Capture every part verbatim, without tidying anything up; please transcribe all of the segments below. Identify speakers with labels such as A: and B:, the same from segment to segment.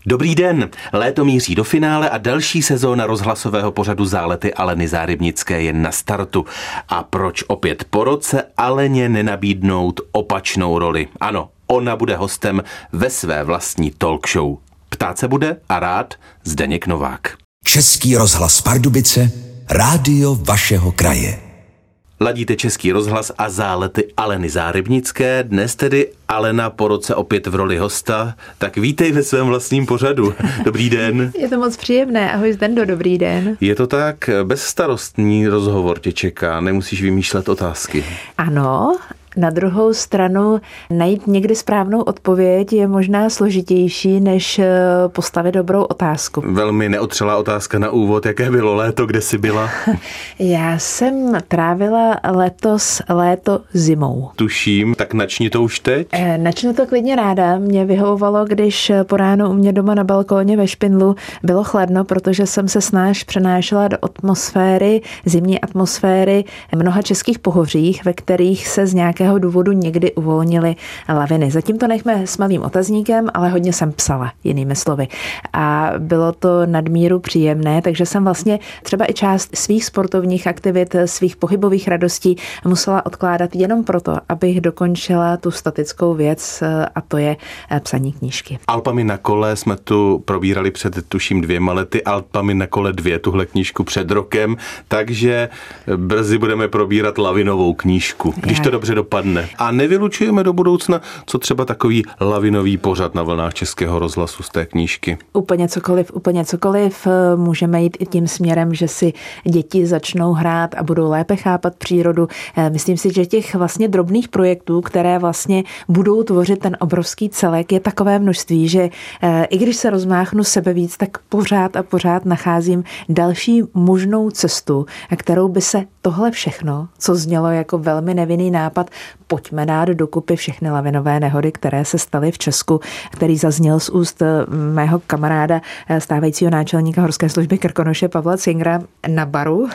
A: Dobrý den, léto míří do finále a další sezóna rozhlasového pořadu Zálety Aleny Zárybnické je na startu. A proč opět po roce Aleně nenabídnout opačnou roli? Ano, ona bude hostem ve své vlastní talk show. Ptát se bude a rád Zdeněk Novák.
B: Český rozhlas Pardubice, rádio vašeho kraje.
A: Ladíte Český rozhlas a Zálety Aleny Zárybnické. Dnes tedy Alena po roce opět v roli hosta. Tak vítej ve svém vlastním pořadu. Dobrý den.
C: Je to moc příjemné. Ahoj Zdendo, dobrý den.
A: Je to tak, bezstarostný rozhovor tě čeká, nemusíš vymýšlet otázky.
C: Ano. Na druhou stranu najít někdy správnou odpověď je možná složitější, než postavit dobrou otázku.
A: Velmi neotřelá otázka na úvod. Jaké bylo léto, kde jsi byla? Já
C: jsem trávila letos léto zimou.
A: Tuším, tak načni to už teď?
C: E, načnu to klidně ráda. Mě vyhovovalo, když po ránu u mě doma na balkóně ve Špindlu bylo chladno, protože jsem se snáš přenášela do atmosféry, zimní atmosféry mnoha českých pohořích, ve kterých se z nějakého důvodu někdy uvolnily laviny. Zatím to nechme s malým otazníkem, ale hodně jsem psala, jinými slovy. A bylo to nadmíru příjemné, takže jsem vlastně třeba i část svých sportovních aktivit, svých pohybových radostí musela odkládat jenom proto, abych dokončila tu statickou věc, a to je psaní knížky.
A: Alpami na kole jsme tu probírali před tuším dvěma lety, Alpami na kole dvě, tuhle knížku před rokem, takže brzy budeme probírat lavinovou knížku, když to dobře dopadne. A nevylučujeme do budoucna, co třeba takový lavinový pořad na vlnách Českého rozhlasu z té knížky.
C: Úplně cokoliv, úplně cokoliv. Můžeme jít i tím směrem, že si děti začnou hrát a budou lépe chápat přírodu. Myslím si, že těch vlastně drobných projektů, které vlastně budou tvořit ten obrovský celek, je takové množství, že i když se rozmáchnu sebe víc, tak pořád a pořád nacházím další možnou cestu, kterou by se tohle všechno, co znělo jako velmi nevinný nápad, pojďme dát dokupy všechny lavinové nehody, které se staly v Česku, který zazněl z úst mého kamaráda, stávajícího náčelníka horské služby Krkonoše Pavla Cingra na baru.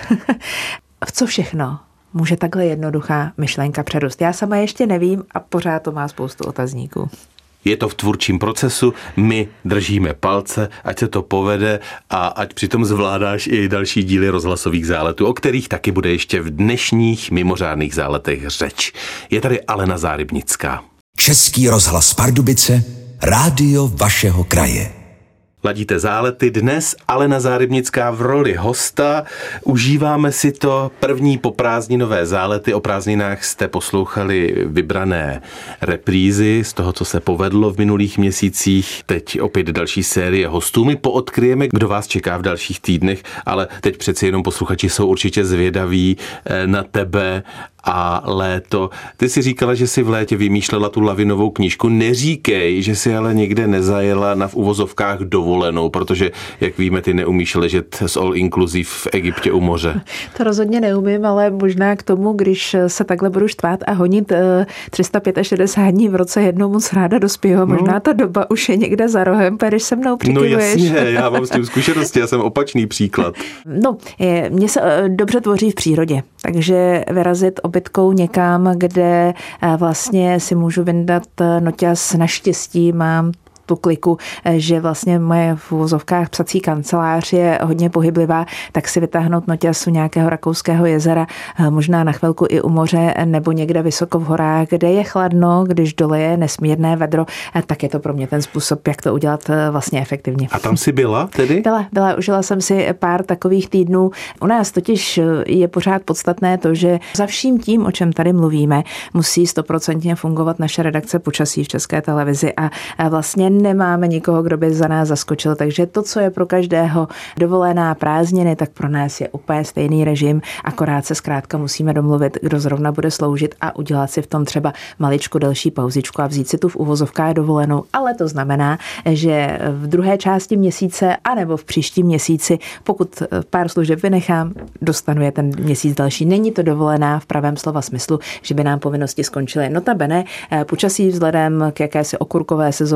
C: V co všechno může takhle jednoduchá myšlenka předost? Já sama ještě nevím a pořád to má spoustu otazníků.
A: Je to v tvůrčím procesu, my držíme palce, ať se to povede a ať přitom zvládáš i další díly rozhlasových záletů, o kterých taky bude ještě v dnešních mimořádných záletech řeč. Je tady Alena Zárybnická.
B: Český rozhlas Pardubice, rádio vašeho kraje.
A: Ladíte Zálety, dnes Alena Zárybnická v roli hosta. Užíváme si to první poprázdninové Zálety. O prázdninách jste poslouchali vybrané reprízy z toho, co se povedlo v minulých měsících. Teď opět další série hostů. My poodkryjeme, kdo vás čeká v dalších týdnech, ale teď přeci jenom posluchači jsou určitě zvědaví na tebe a léto. Ty si říkala, že si v létě vymýšlela tu lavinovou knížku. Neříkej, že si ale někde nezajela na v uvozovkách dovolenou, protože, jak víme, ty neumíš ležet s all inclusive v Egyptě u moře.
C: To rozhodně neumím, ale možná k tomu, když se takhle budu štvát a honit tři sta šedesát pět dní v roce jednou moc ráda dospěju. Možná ta doba už je někde za rohem, když se mnou přikivuješ.
A: No jasně, já mám s tím zkušenosti, já jsem opačný příklad.
C: No, mně se dobře tvoří v přírodě, takže vyrazit obytkou někam, kde vlastně si můžu vyndat noťaz. Naštěstí mám tu kliku, že vlastně moje v uvozovkách psací kancelář je hodně pohyblivá, tak si vytáhnout noťaz u nějakého rakouského jezera, možná na chvilku i u moře nebo někde vysoko v horách, kde je chladno, když dole je nesmírné vedro, tak je to pro mě ten způsob, jak to udělat vlastně efektivně.
A: A tam jsi byla tedy?
C: Byla, byla. Užila jsem si pár takových týdnů. U nás totiž je pořád podstatné to, že za vším tím, o čem tady mluvíme, musí stoprocentně fungovat naše redakce počasí v České televizi a vlastně nemáme nikoho, kdo by za nás zaskočil, takže to, co je pro každého dovolená, prázdniny, tak pro nás je úplně stejný režim, akorát se zkrátka musíme domluvit, kdo zrovna bude sloužit a udělat si v tom třeba maličku delší pauzičku a vzít si tu v uvozovkách dovolenou, ale to znamená, že v druhé části měsíce anebo v příštím měsíci, pokud pár služeb vynechám, dostanu je ten měsíc další. Není to dovolená v pravém slova smyslu, že by nám povinnosti skončily. Notabene, počasí vzhledem k jakési okurkové sezóně v poli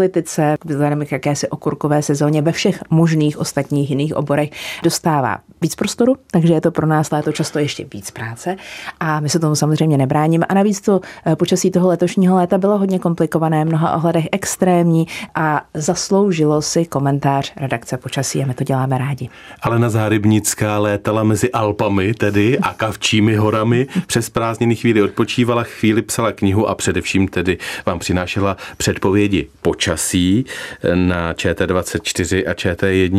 C: politice, vzhledem k jakési okurkové sezóně, ve všech možných ostatních jiných oborech dostává víc prostoru, takže je to pro nás léto často ještě víc práce a my se tomu samozřejmě nebráníme. A navíc to počasí toho letošního léta bylo hodně komplikované, v mnoha ohledech extrémní a zasloužilo si komentář redakce počasí a my to děláme rádi.
A: Alena Zárybnická létala mezi Alpami tedy a Kavčími horami, přes prázdniny chvíli odpočívala, chvíli psala knihu a především tedy vám přinášela předpovědi počasí na Č T dvacet čtyři a Č T jedna.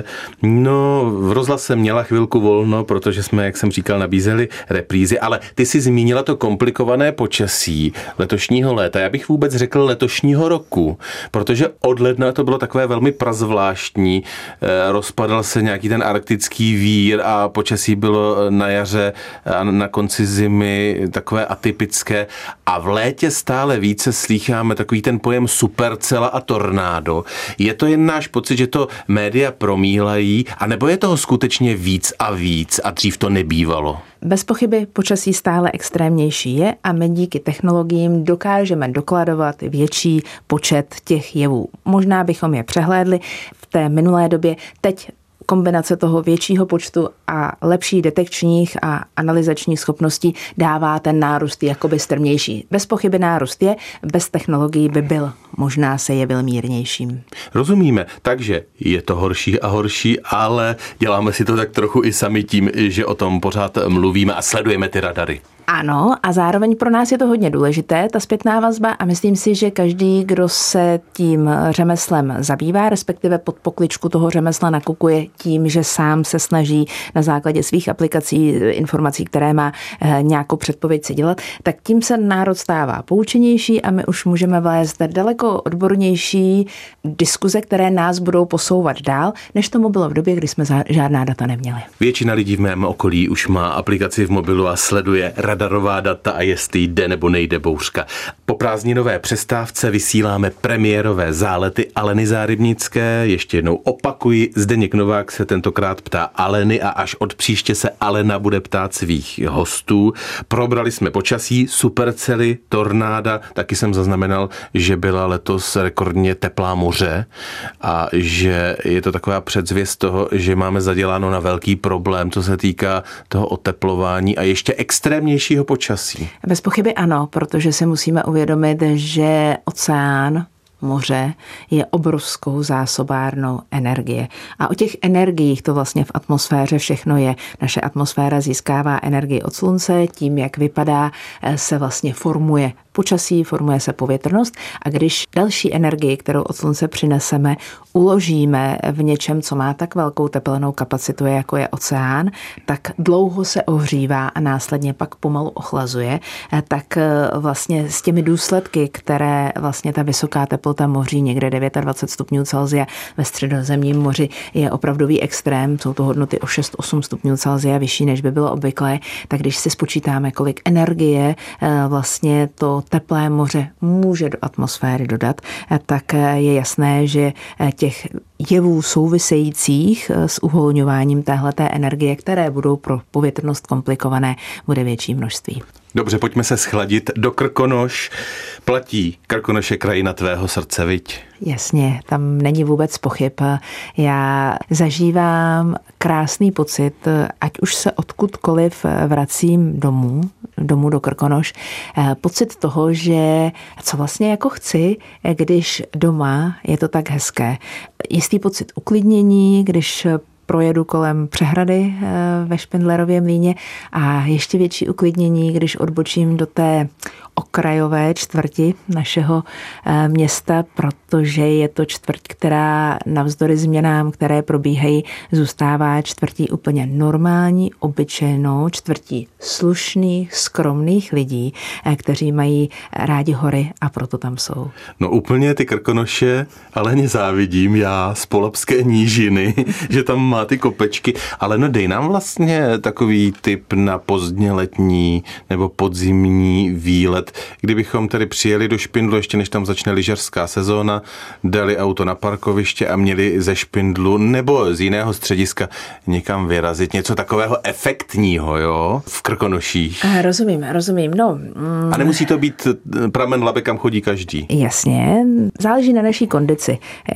A: No, v rozhlase měla chvilku volno, protože jsme, jak jsem říkal, nabízeli reprízy, ale ty si zmínila to komplikované počasí letošního léta. Já bych vůbec řekl letošního roku, protože od ledna to bylo takové velmi prazvláštní. Rozpadal se nějaký ten arktický vír a počasí bylo na jaře a na konci zimy takové atypické a v létě stále více slýcháme takový ten pojem supercela a tornádo. Je to jen náš pocit, že to média promílají, anebo je toho skutečně víc a víc a dřív to nebývalo?
C: Bez pochyby počasí stále extrémnější je a my díky technologiím dokážeme dokladovat větší počet těch jevů. Možná bychom je přehlédli v té minulé době. Teď kombinace toho většího počtu a lepší detekčních a analyzačních schopností dává ten nárůst jakoby strmější. Bez pochyby nárůst je, bez technologií by byl, možná se jevil mírnějším.
A: Rozumíme, takže je to horší a horší, ale děláme si to tak trochu i sami tím, že o tom pořád mluvíme a sledujeme ty radary.
C: Ano, a zároveň pro nás je to hodně důležité, ta zpětná vazba a myslím si, že každý, kdo se tím řemeslem zabývá, respektive pod pokličku toho řemesla nakukuje tím, že sám se snaží na základě svých aplikací, informací, které má nějakou předpověď si dělat, tak tím se národ stává poučenější a my už můžeme vést daleko odbornější diskuze, které nás budou posouvat dál, než tomu bylo v době, kdy jsme žádná data neměli.
A: Většina lidí v mém okolí už má aplikaci v mobilu a sleduje radarová data a jestli jde nebo nejde bouřka. Po prázdninové přestávce vysíláme premiérové zálety Aleny Zárybnické. Ještě jednou opakuji, Zdeněk Novák se tentokrát ptá Aleny a až od příště se Alena bude ptát svých hostů. Probrali jsme počasí, supercely, tornáda, taky jsem zaznamenal, že byla letos rekordně teplá moře a že je to taková předzvěst toho, že máme zaděláno na velký problém, co se týká toho oteplování a ještě extrémnějšího počasí.
C: Bez pochyby ano, protože si musíme uvědomit, že oceán, moře je obrovskou zásobárnou energie. A o těch energiích to vlastně v atmosféře všechno je. Naše atmosféra získává energii od slunce, tím, jak vypadá, se vlastně formuje počasí, formuje se povětrnost a když další energii, kterou od slunce přineseme, uložíme v něčem, co má tak velkou tepelnou kapacitu, jako je oceán, tak dlouho se ohřívá a následně pak pomalu ochlazuje, tak vlastně s těmi důsledky, které vlastně ta vysoká teplota moří, někde dvacet devět stupňů Celsia ve středozemním moři je opravdový extrém, jsou to hodnoty o šest osm stupňů Celsia vyšší, než by bylo obvyklé, tak když si spočítáme, kolik energie vlastně to teplé moře může do atmosféry dodat, tak je jasné, že těch jevů souvisejících s uvolňováním téhleté energie, které budou pro povětrnost komplikované, bude větší množství.
A: Dobře, pojďme se schladit do Krkonoš. Platí, Krkonoš je krajina tvého srdce, viď?
C: Jasně, tam není vůbec pochyb. Já zažívám krásný pocit, ať už se odkudkoliv vracím domů, domů do Krkonoš, pocit toho, že co vlastně jako chci, když doma je to tak hezké. Jistý pocit uklidnění, když projedu kolem přehrady ve Špindlerově mlýně a ještě větší uklidnění, když odbočím do té okrajové čtvrti našeho města, protože je to čtvrť, která navzdory změnám, které probíhají, zůstává čtvrtí úplně normální, obyčejnou, čtvrtí slušných, skromných lidí, kteří mají rádi hory a proto tam jsou.
A: No úplně ty Krkonoše, ale nezávidím já z Polabské nížiny, že tam má má ty kopečky, ale no dej nám vlastně takový tip na pozdně letní nebo podzimní výlet, kdybychom tedy přijeli do Špindlu, ještě než tam začne lyžařská sezóna, dali auto na parkoviště a měli ze Špindlu nebo z jiného střediska někam vyrazit, něco takového efektního, jo, v Krkonoších.
C: A rozumím, rozumím, no.
A: Mm. A nemusí to být pramen Labe, kam chodí každý.
C: Jasně, záleží na naší kondici.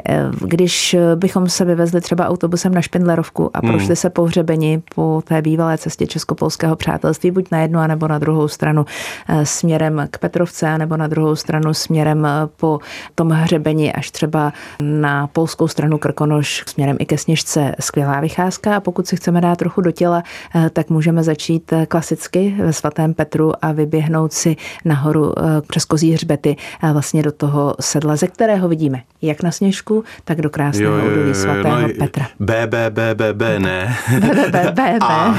C: Když bychom se vyvezli třeba autobusem na Špindlerovku a prošli hmm. se po hřebeni po té bývalé cestě česko-polského přátelství, buď na jednu, anebo na druhou stranu směrem k Petrovce, anebo na druhou stranu směrem po tom hřebeni až třeba na polskou stranu Krkonoš, směrem i ke Sněžce, skvělá vycházka. A pokud si chceme dát trochu do těla, tak můžeme začít klasicky ve Svatém Petru a vyběhnout si nahoru přes Kozí hřbety vlastně do toho sedla, ze kterého vidíme jak na Sněžku, tak do krásného údolí Svatého no, Petra.
A: B, B, B, B, B, ne.
C: B, B, B, B,
A: a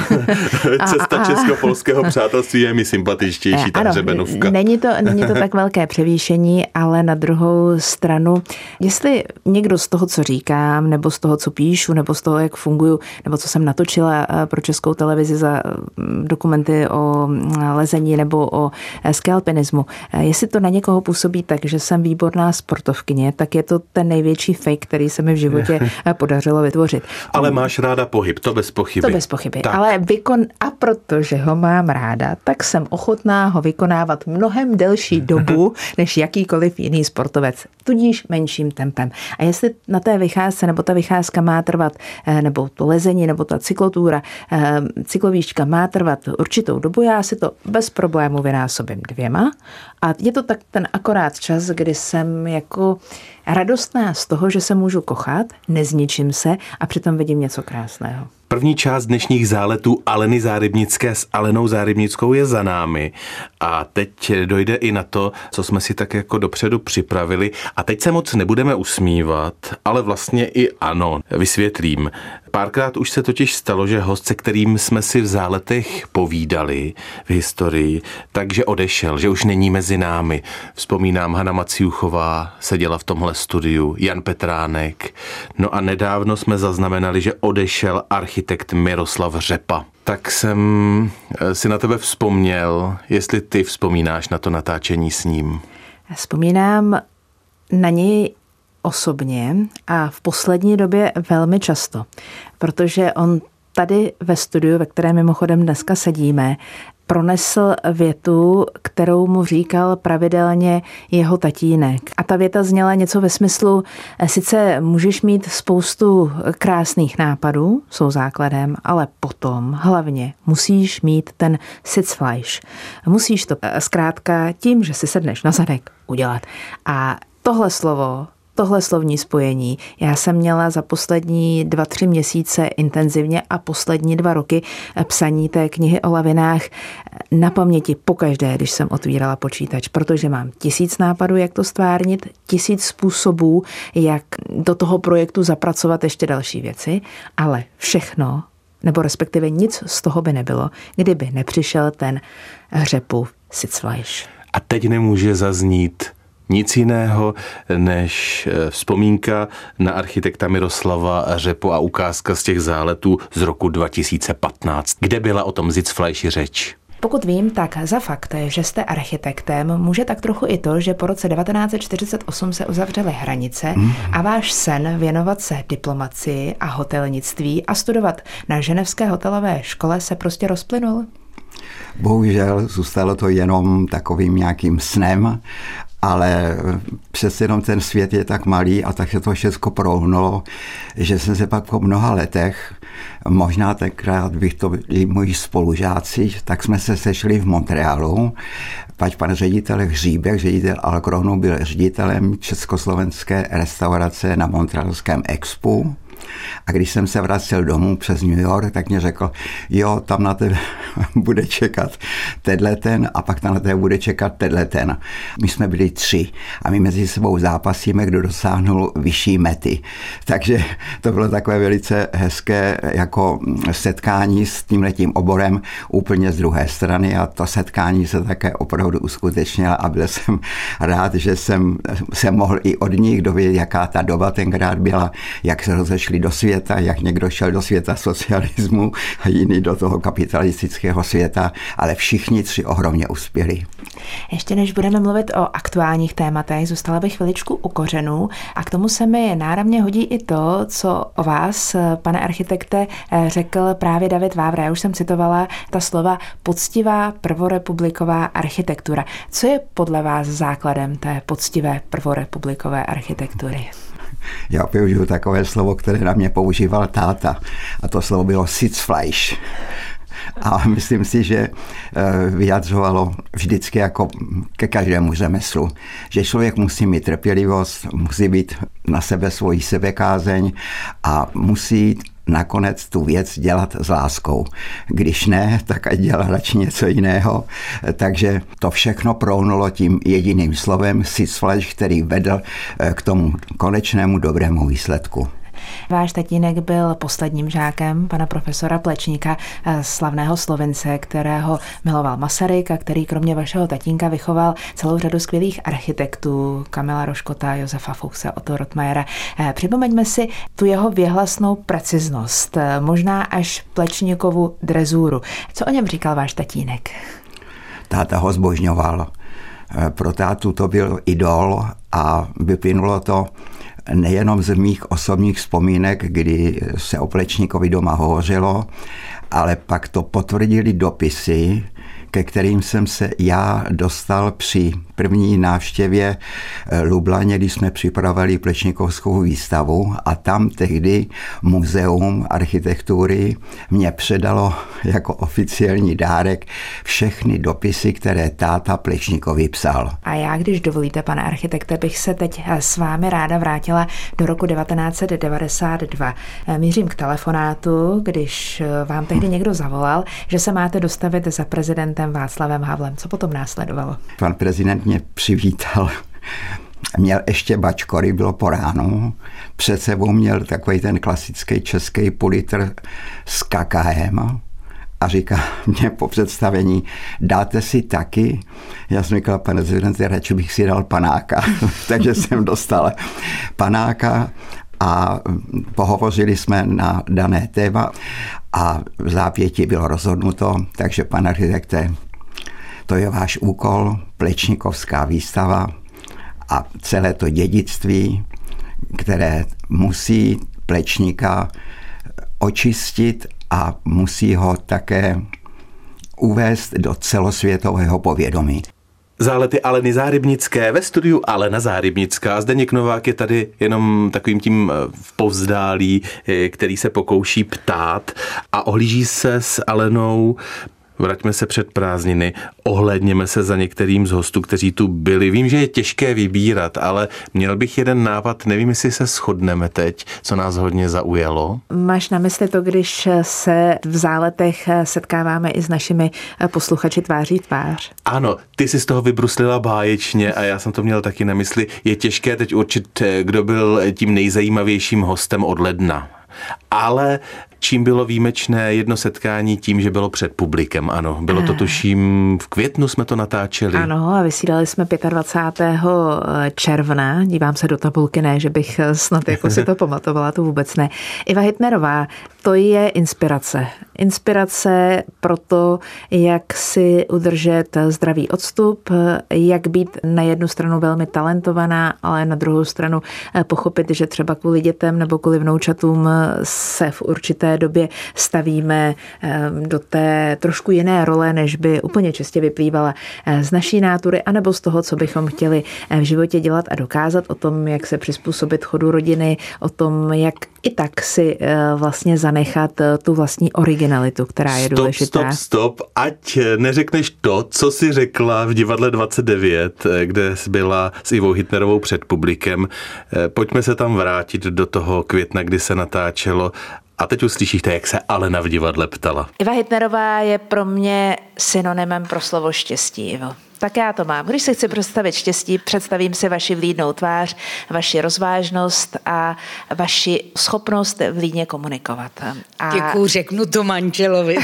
A: cesta česko-polského přátelství je mi sympatičtější, ta hřebenovka.
C: Není to, není to tak velké převýšení, ale na druhou stranu, jestli někdo z toho, co říkám, nebo z toho, co píšu, nebo z toho, jak funguju, nebo co jsem natočila pro Českou televizi za dokumenty o lezení nebo o skialpinismu, jestli to na někoho působí tak, že jsem výborná sportovkyně, tak je to ten největší fake, který se mi v životě podařilo vytvořit.
A: Ale máš ráda pohyb, to bez pochyby.
C: To bez pochyby, tak. Ale vykon, a protože ho mám ráda, tak jsem ochotná ho vykonávat mnohem delší dobu, než jakýkoliv jiný sportovec, tudíž menším tempem. A jestli na té vycházce, nebo ta vycházka má trvat, nebo to lezení, nebo ta cyklotúra, cyklovýška má trvat určitou dobu, já si to bez problému vynásobím dvěma a je to tak ten akorát čas, kdy jsem jako radostná z toho, že se můžu kochat, nezničím se a přitom vidím něco krásného.
A: První část dnešních záletů Aleny Zárybnické s Alenou Zárybnickou je za námi a teď dojde i na to, co jsme si tak jako dopředu připravili a teď se moc nebudeme usmívat, ale vlastně i ano, vysvětlím. Párkrát už se totiž stalo, že host, se kterým jsme si v záletech povídali v historii, takže odešel, že už není mezi námi. Vzpomínám, Hana Maciuchová seděla v tomhle studiu, Jan Petránek. No a nedávno jsme zaznamenali, že odešel architekt Miroslav Řepa. Tak jsem si na tebe vzpomněl, jestli ty vzpomínáš na to natáčení s ním.
C: Vzpomínám na něj osobně a v poslední době velmi často, protože on tady ve studiu, ve kterém mimochodem dneska sedíme, pronesl větu, kterou mu říkal pravidelně jeho tatínek. A ta věta zněla něco ve smyslu, sice můžeš mít spoustu krásných nápadů, jsou základem, ale potom hlavně musíš mít ten Sitzfleisch. Musíš to zkrátka tím, že si sedneš na zadek, udělat. A tohle slovo, tohle slovní spojení já jsem měla za poslední dva, tři měsíce intenzivně a poslední dva roky psaní té knihy o lavinách na paměti pokaždé, když jsem otvírala počítač, protože mám tisíc nápadů, jak to stvárnit, tisíc způsobů, jak do toho projektu zapracovat ještě další věci, ale všechno, nebo respektive nic z toho by nebylo, kdyby nepřišel ten Řepův Sitzfleisch.
A: A teď nemůže zaznít nic jiného než vzpomínka na architekta Miroslava Řepu a ukázka z těch záletů z roku dva tisíce patnáct. Kde byla o tom Sitzfleischi řeč?
C: Pokud vím, tak za fakt, že jste architektem, může tak trochu i to, že po roce devatenáct set čtyřicet osm se uzavřely hranice a váš sen věnovat se diplomacii a hotelnictví a studovat na ženevské hotelové škole se prostě rozplynul?
D: Bohužel zůstalo to jenom takovým nějakým snem, ale přece jenom ten svět je tak malý a tak se to všechno prohnulo, že jsem se pak po mnoha letech, možná tenkrát bych to byli moji spolužáci, tak jsme se sešli v Montrealu. Pač pan ředitel Hříbek, ředitel Alkronu, byl ředitelem československé restaurace na montrealském expu. A když jsem se vracel domů přes New York, tak mě řekl, jo, tam na tebe bude čekat tenhle ten a pak tam na tebe bude čekat tenhle ten. My jsme byli tři a my mezi sebou zápasíme, kdo dosáhnul vyšší mety. Takže to bylo takové velice hezké jako setkání s tímhletím oborem úplně z druhé strany a to setkání se také opravdu uskutečnilo a byl jsem rád, že jsem se mohl i od nich dovědět, jaká ta doba tenkrát byla, jak se rozešli šli do světa, jak někdo šel do světa socialismu a jiný do toho kapitalistického světa, ale všichni tři ohromně uspěli.
C: Ještě než budeme mluvit o aktuálních tématech, zůstala bych chviličku u kořenů a k tomu se mi náramně hodí i to, co o vás, pane architekte, řekl právě David Vávra. Já už jsem citovala ta slova poctivá prvorepubliková architektura. Co je podle vás základem té poctivé prvorepublikové architektury?
D: Já použiju takové slovo, které na mě používal táta, a to slovo bylo Sitzfleisch. A myslím si, že vyjadřovalo vždycky jako ke každému řemeslu, že člověk musí mít trpělivost, musí být na sebe svoji sebekázeň a musí nakonec tu věc dělat s láskou. Když ne, tak ať dělá radši něco jiného. Takže to všechno prounulo tím jediným slovem Sitzfleisch, který vedl k tomu konečnému dobrému výsledku.
C: Váš tatínek byl posledním žákem pana profesora Plečníka, slavného Slovince, kterého miloval Masaryk a který kromě vašeho tatínka vychoval celou řadu skvělých architektů, Kamila Roškota, Josefa Fuchse, Otto Rottmeiera. Připomeňme si tu jeho věhlasnou preciznost, možná až Plečníkovu drezúru. Co o něm říkal váš tatínek?
D: Táta ho zbožňoval. Pro tátu to byl idol a vyplynulo to nejenom z mých osobních vzpomínek, kdy se o Plečníkovi doma hovořilo, ale pak to potvrdili dopisy, ke kterým jsem se já dostal při první návštěvě Lublaně, kdy jsme připravili Plečníkovskou výstavu a tam tehdy Muzeum architektury mě předalo jako oficiální dárek všechny dopisy, které táta Plečníkovi psal.
C: A já, když dovolíte, pane architekte, bych se teď s vámi ráda vrátila do roku devatenáct set devadesát dva. Mířím k telefonátu, když vám tehdy někdo zavolal, že se máte dostavit za prezidentem Václavem Havlem. Co potom následovalo?
D: Pan prezident mě přivítal. Měl ještě bačkory, bylo po ránu. Před sebou měl takový ten klasický český pulitr s kakaem a říká mě po představení, dáte si taky? Já jsem říkal, pane prezidente, radši bych si dal panáka. Takže jsem dostal panáka a pohovořili jsme na dané téma a v zápětí bylo rozhodnuto, takže pane architekte, to je váš úkol, Plečníkovská výstava a celé to dědictví, které musí Plečníka očistit a musí ho také uvést do celosvětového povědomí.
A: Zálety Aleny Zárybnické ve studiu Alena Zárybnická. Zdeněk Novák je tady jenom takovým tím povzdálí, který se pokouší ptát a ohlíží se s Alenou. Vraťme se před prázdniny, ohlédněme se za některým z hostů, kteří tu byli. Vím, že je těžké vybírat, ale měl bych jeden nápad, nevím, jestli se shodneme teď, co nás hodně zaujalo.
C: Máš na mysli to, když se v záletech setkáváme i s našimi posluchači tváří tvář?
A: Ano, ty jsi z toho vybruslila báječně a já jsem to měl taky na mysli. Je těžké teď určit, kdo byl tím nejzajímavějším hostem od ledna. Ale čím bylo výjimečné jedno setkání tím, že bylo před publikem, ano. Bylo to tuším v květnu jsme to natáčeli.
C: Ano, a vysílali jsme dvacátého pátého června. Dívám se do tabulky, ne, že bych snad jako si to pamatovala, to vůbec ne. Iva Hitnerová, to je inspirace. Inspirace pro to, jak si udržet zdravý odstup, jak být na jednu stranu velmi talentovaná, ale na druhou stranu pochopit, že třeba kvůli dětem nebo kvůli vnoučatům se v určité době stavíme do té trošku jiné role, než by úplně čistě vyplývala z naší nátury, anebo z toho, co bychom chtěli v životě dělat a dokázat, o tom, jak se přizpůsobit chodu rodiny, o tom, jak i tak si vlastně zanechat tu vlastní originalitu, která je
A: stop,
C: důležitá.
A: Stop, stop, ať neřekneš to, co jsi řekla v divadle dvacet devět, kde jsi byla s Ivou Hitnerovou před publikem. Pojďme se tam vrátit do toho května, kdy se natáčelo. A teď uslyšíte, jak se Alena v divadle ptala.
C: Iva Hitnerová je pro mě synonymem pro slovo štěstí, Ivo. Tak já to mám. Když si chci představit štěstí, představím si vaši vlídnou tvář, vaši rozvážnost a vaši schopnost vlídně komunikovat. A...
E: Děkuju, řeknu to manželovi.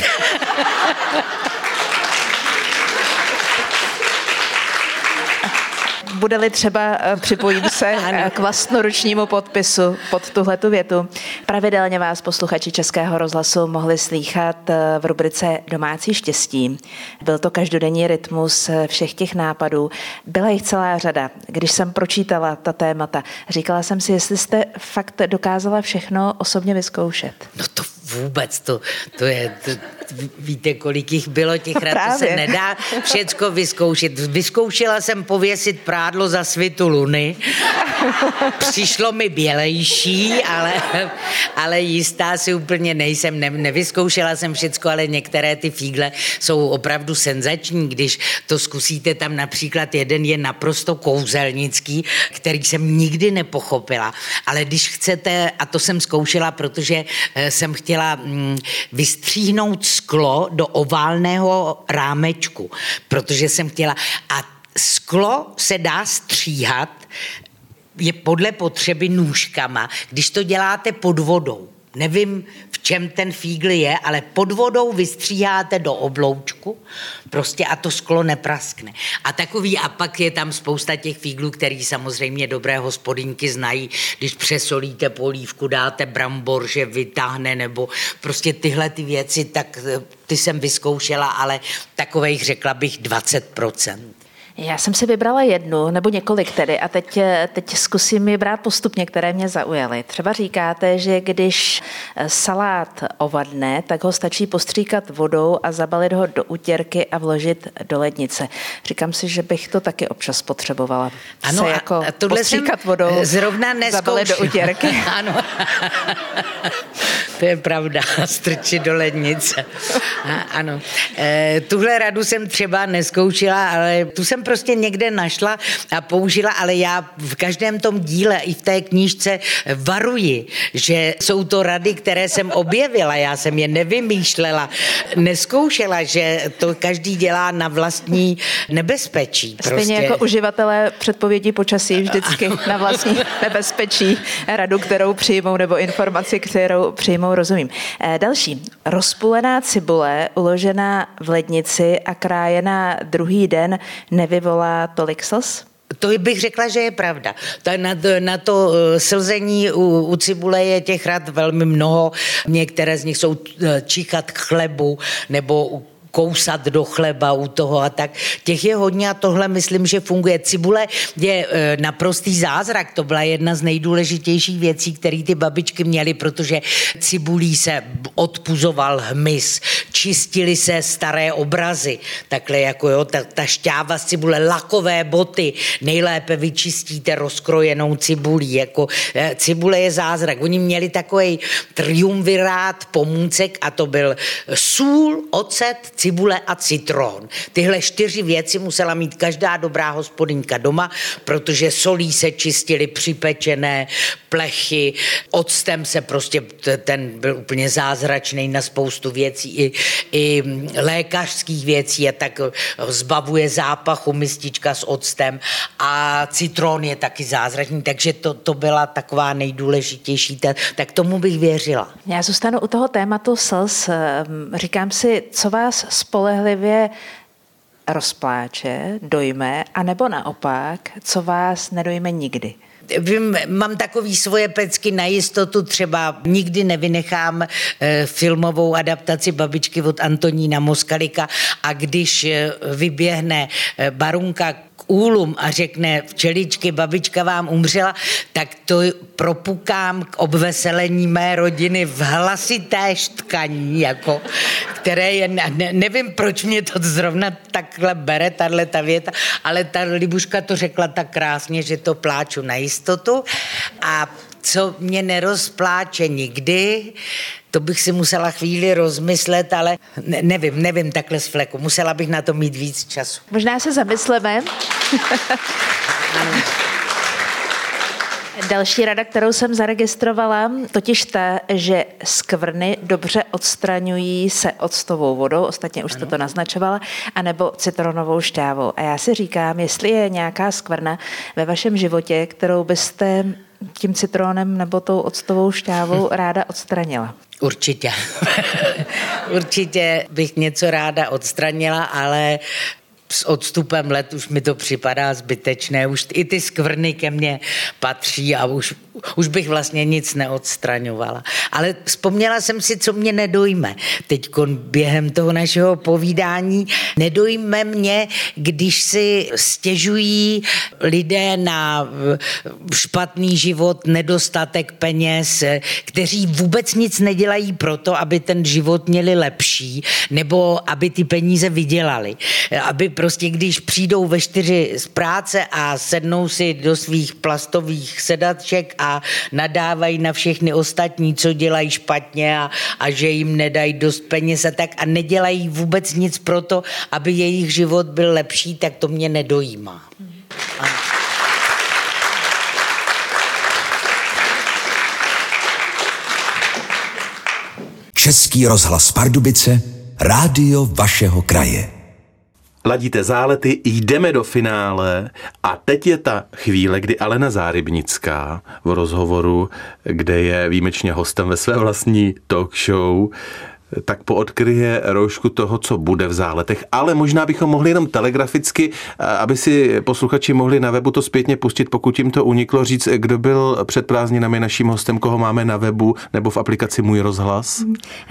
C: bude-li třeba, připojím se k vlastnoručnímu podpisu pod tuhletu větu. Pravidelně vás posluchači Českého rozhlasu mohli slýchat v rubrice Domácí štěstí. Byl to každodenní rytmus všech těch nápadů. Byla jich celá řada. Když jsem pročítala ta témata, říkala jsem si, jestli jste fakt dokázala všechno osobně vyzkoušet.
E: No to vůbec, to, to je, to, víte, kolik jich bylo těch rad, to se nedá všecko vyzkoušet. Vyzkoušela jsem pověsit prádlo za svitu luny, přišlo mi bělejší, ale, ale jistá si úplně nejsem, ne, nevyzkoušela jsem všecko, ale některé ty fígle jsou opravdu senzační, když to zkusíte, tam například jeden je naprosto kouzelnický, který jsem nikdy nepochopila, ale když chcete, a to jsem zkoušela, protože jsem chtěla vystříhnout sklo do oválného rámečku, protože jsem chtěla, a sklo se dá stříhat je podle potřeby nůžkama, když to děláte pod vodou. Nevím, v čem ten fígl je, ale pod vodou vystříháte do obloučku prostě a to sklo nepraskne. A takový, a pak je tam spousta těch fíglů, který samozřejmě dobré hospodinky znají, když přesolíte polívku, dáte brambor, že vytáhne, nebo prostě tyhle ty věci, tak ty jsem vyzkoušela, ale takových řekla bych dvacet procent.
C: Já jsem si vybrala jednu, nebo několik tedy, a teď, teď zkusím je brát postupně, které mě zaujaly. Třeba říkáte, že když salát ovadne, tak ho stačí postříkat vodou a zabalit ho do utěrky a vložit do lednice. Říkám si, že bych to taky občas potřebovala.
E: Ano,
C: se jako
E: a tohle
C: postříkat vodou,
E: zrovna
C: zabalit do utěrky.
E: Ano, to je pravda, strčit do lednice. Ano, e, tuhle radu jsem třeba neskoušela, ale tu jsem prostě někde našla a použila, ale já v každém tom díle i v té knížce varuji, že jsou to rady, které jsem objevila, já jsem je nevymýšlela, neskoušela, že to každý dělá na vlastní nebezpečí. Prostě.
C: Stejně jako uživatelé předpovědí počasí vždycky ano. Na vlastní nebezpečí radu, kterou přijmou, nebo informaci, kterou přijmou, rozumím. Další. Rozpulená cibule, uložená v lednici a krájená druhý den, nevyvolá tolik slz?
E: To bych řekla, že je pravda. Na, na to slzení u, u cibule je těch rad velmi mnoho. Některé z nich jsou číchat k chlebu nebo kousat do chleba u toho a tak. Těch je hodně a tohle myslím, že funguje. Cibule je e, naprostý zázrak. To byla jedna z nejdůležitějších věcí, které ty babičky měly, protože cibulí se odpuzoval hmyz, čistily se staré obrazy, takhle jako jo, ta, ta šťáva z cibule, lakové boty, nejlépe vyčistíte rozkrojenou cibulí. Jako, e, cibule je zázrak. Oni měli takovej triumvirát pomůcek a to byl sůl, ocet, cibule a citron. Tyhle čtyři věci musela mít každá dobrá hospodyňka doma, protože solí se čistily připečené plechy, octem se prostě, ten byl úplně zázračný na spoustu věcí, i, i lékařských věcí a tak zbavuje zápachu mistička s octem a citron je taky zázračný, takže to, to byla taková nejdůležitější, tak tomu bych věřila.
C: Já zůstanu u toho tématu slz. Říkám si, co vás spolehlivě rozpláče, dojme, anebo naopak, co vás nedojme nikdy?
E: Vím, mám takový svoje pecky na jistotu, třeba nikdy nevynechám e, filmovou adaptaci Babičky od Antonína Moskalika a když e, vyběhne e, Barunka k úlům a řekne včeličky, babička vám umřela, tak to propukám k obveselení mé rodiny v hlasité štkaní, jako, které je, ne, nevím, proč mě to zrovna takhle bere, tahle ta věta, ale ta Libuška to řekla tak krásně, že to pláču na jistotu a co mě nerozpláče nikdy, to bych si musela chvíli rozmyslet, ale ne, nevím, nevím takhle z fleku. Musela bych na to mít víc času.
C: Možná se zamysleme. Další rada, kterou jsem zaregistrovala, totiž ta, že skvrny dobře odstraňují se octovou vodou, ostatně už jste to naznačovala, anebo citronovou šťávou. A já si říkám, jestli je nějaká skvrna ve vašem životě, kterou byste tím citronem nebo tou octovou šťávou ráda odstranila.
E: Určitě. Určitě bych něco ráda odstranila, ale s odstupem let už mi to připadá zbytečné, už i ty skvrny ke mně patří a už, už bych vlastně nic neodstraňovala. Ale vzpomněla jsem si, co mě nedojme teď během toho našeho povídání. Nedojme mě, když si stěžují lidé na špatný život, nedostatek peněz, kteří vůbec nic nedělají proto, aby ten život měli lepší, nebo aby ty peníze vydělali. Aby prostě, když přijdou ve čtyři z práce a sednou si do svých plastových sedaček a nadávají na všechny ostatní, co dělají špatně a, a že jim nedají dost peněz a tak a nedělají vůbec nic proto, aby jejich život byl lepší, tak to mě nedojímá. Ano.
B: Český rozhlas Pardubice, rádio vašeho kraje.
A: Ladíte zálety, jdeme do finále a teď je ta chvíle, kdy Alena Zárybnická v rozhovoru, kde je výjimečně hostem ve své vlastní talk show, tak poodkryje roušku toho, co bude v záletech. Ale možná bychom mohli jenom telegraficky, aby si posluchači mohli na webu to zpětně pustit, pokud jim to uniklo, říct, kdo byl před prázdninami naším hostem, koho máme na webu nebo v aplikaci Můj rozhlas.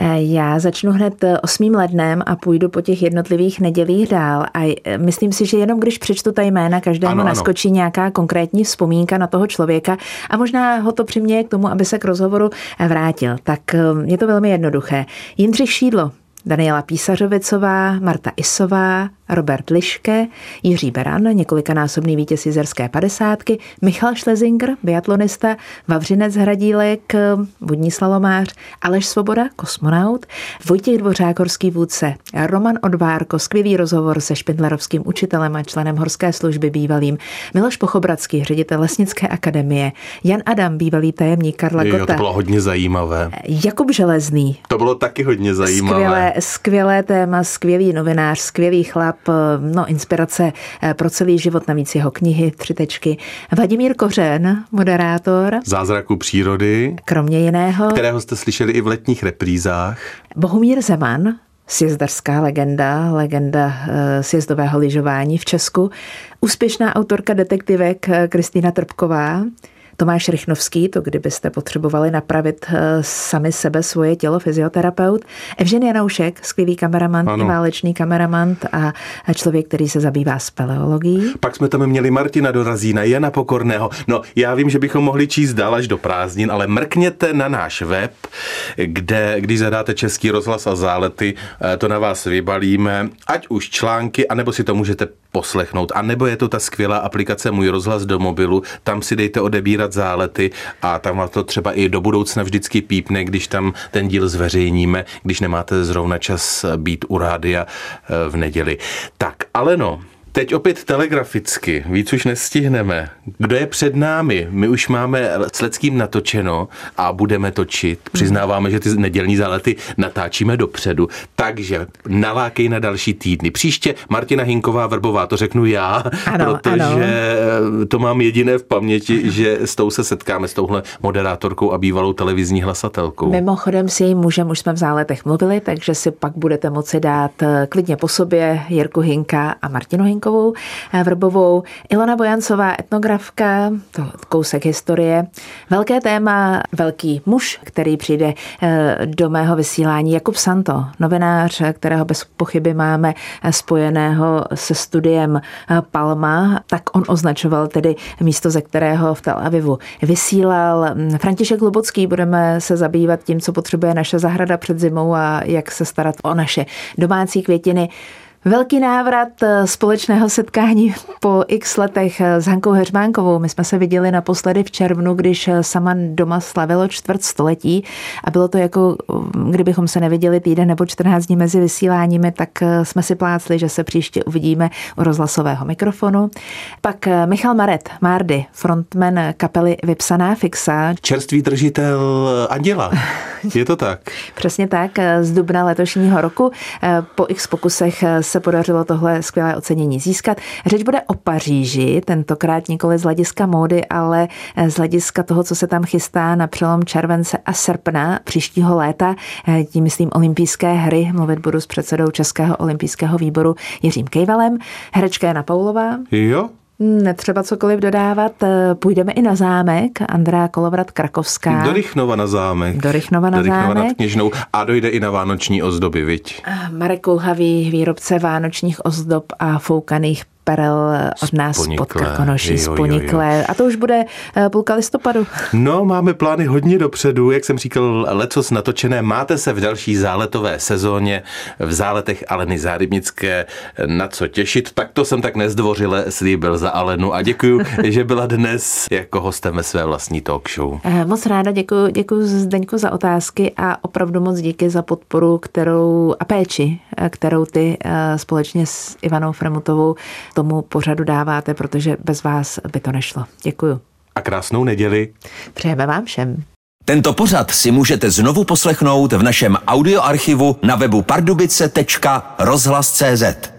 C: Já začnu hned osmým lednem a půjdu po těch jednotlivých nedělích dál a myslím si, že jenom když přečtu ta jména, každému ano, naskočí ano. nějaká konkrétní vzpomínka na toho člověka a možná ho to přiměje k tomu, aby se k rozhovoru vrátil. Tak je to velmi jednoduché. Jindřich Šídlo, Daniela Písařovicová, Marta Isová, Robert Liške, Jiří Beran, několikanásobný vítěz jizerské padesátky, Michal Šlezinger, biatlonista, Vavřinec Hradílek, vodní slalomář, Aleš Svoboda, kosmonaut, Vojtěch Dvořák, horský vůdce, Roman Odvárko, skvělý rozhovor se špindlerovským učitelem a členem horské služby bývalým, Miloš Pochobradský, ředitel Lesnické akademie, Jan Adam, bývalý tajemník Karla
A: jo,
C: Gotta.
A: To bylo hodně zajímavé.
C: Jakub Železný.
A: To bylo taky hodně zajímavé.
C: Skvělé, skvělé téma, skvělý novinář, skvělý chlap, no inspirace pro celý život, navíc jeho knihy, tři tečky. Vladimír Kořen, moderátor.
A: Zázraku přírody.
C: Kromě jiného.
A: Kterého jste slyšeli i v letních reprízách.
C: Bohumír Zeman, sjezdařská legenda, legenda sjezdového lyžování v Česku. Úspěšná autorka detektivek Kristýna Trpková. Tomáš Rychnovský, to kdybyste potřebovali napravit sami sebe, svoje tělo, fyzioterapeut. Evžen Janoušek, skvělý kameraman, i válečný kameraman a člověk, který se zabývá speleologií.
A: Pak jsme tam měli Martina Dorazína, Jana Pokorného. No, já vím, že bychom mohli číst dál až do prázdnin, ale mrkněte na náš web, kde, když zadáte Český rozhlas a zálety, to na vás vybalíme, ať už články, anebo si to můžete poslechnout, anebo je to ta skvělá aplikace Můj rozhlas do mobilu, tam si dejte odebírat zálety a tam vám to třeba i do budoucna vždycky pípne, když tam ten díl zveřejníme, když nemáte zrovna čas být u rádia v neděli. Tak, Aleno, teď opět telegraficky, víc už nestihneme. Kdo je před námi? My už máme s Leckým natočeno a budeme točit. Přiznáváme, že ty nedělní zálety natáčíme dopředu, takže nalákej na další týdny. Příště Martina Hinková Vrbová, to řeknu já, ano, protože ano. to mám jediné v paměti, že s tou se setkáme, s touhle moderátorkou a bývalou televizní hlasatelkou.
C: Mimochodem s jejím mužem už jsme v záletech mluvili, takže si pak budete moci dát klidně po sobě Jirku Hinka a Martinu Hinkovou Vrbovou, Ilona Bojancová, etnografka, to kousek historie. Velké téma, velký muž, který přijde do mého vysílání, Jakub Santo, novinář, kterého bez pochyby máme spojeného se studiem Palma, tak on označoval tedy místo, ze kterého v Tel Avivu vysílal. František Lubocký, budeme se zabývat tím, co potřebuje naše zahrada před zimou a jak se starat o naše domácí květiny. Velký návrat společného setkání po x letech s Hankou Heřmánkovou. My jsme se viděli naposledy v červnu, když sama doma slavilo čtvrt století a bylo to jako, kdybychom se neviděli týden nebo čtrnáct dní mezi vysíláními, tak jsme si plácli, že se příště uvidíme u rozhlasového mikrofonu. Pak Michal Maret, Mardy, frontman kapely Vypsaná fixa.
A: Čerstvý držitel Anděla. Je to tak.
C: Přesně tak, z dubna letošního roku. Po x pokusech se podařilo tohle skvělé ocenění získat. Řeč bude o Paříži, tentokrát nikoli z hlediska módy, ale z hlediska toho, co se tam chystá na přelom července a srpna příštího léta. Tím myslím olympijské hry. Mluvit budu s předsedou Českého olympijského výboru Jiřím Kejvalem. Herečka Jana Paulová.
A: Jo.
C: Netřeba cokoliv dodávat. Půjdeme i na zámek. Andrea Kolovrat-Krakovská.
A: Do Rychnova na zámek.
C: Do Rychnova na
A: Do Rychnova
C: zámek.
A: nad Kněžnou. A dojde i na vánoční ozdoby, viď?
C: Marek Kulhavý, výrobce vánočních ozdob a foukaných perel od nás
A: Sponiklé.
C: pod Krkonoší,
A: Jo, jo,
C: Sponiklé.
A: jo.
C: A to už bude půlka listopadu.
A: No, máme plány hodně dopředu, jak jsem říkal, lecos natočené. Máte se v další záletové sezóně v záletech Aleny Zárybnické na co těšit. Tak to jsem tak nezdvořile slíbil za Alenu a děkuju, že byla dnes jako hostem ve své vlastní talk show.
C: Moc ráda děkuju, děkuju Zdeňku za otázky a opravdu moc díky za podporu, kterou a péči, kterou ty společně s Ivanou Fremutovou tomu pořadu dáváte, protože bez vás by to nešlo. Děkuju.
A: A krásnou neděli.
C: Přejeme vám všem.
B: Tento pořad si můžete znovu poslechnout v našem audioarchivu na webu pardubice tečka rozhlas tečka cé zet.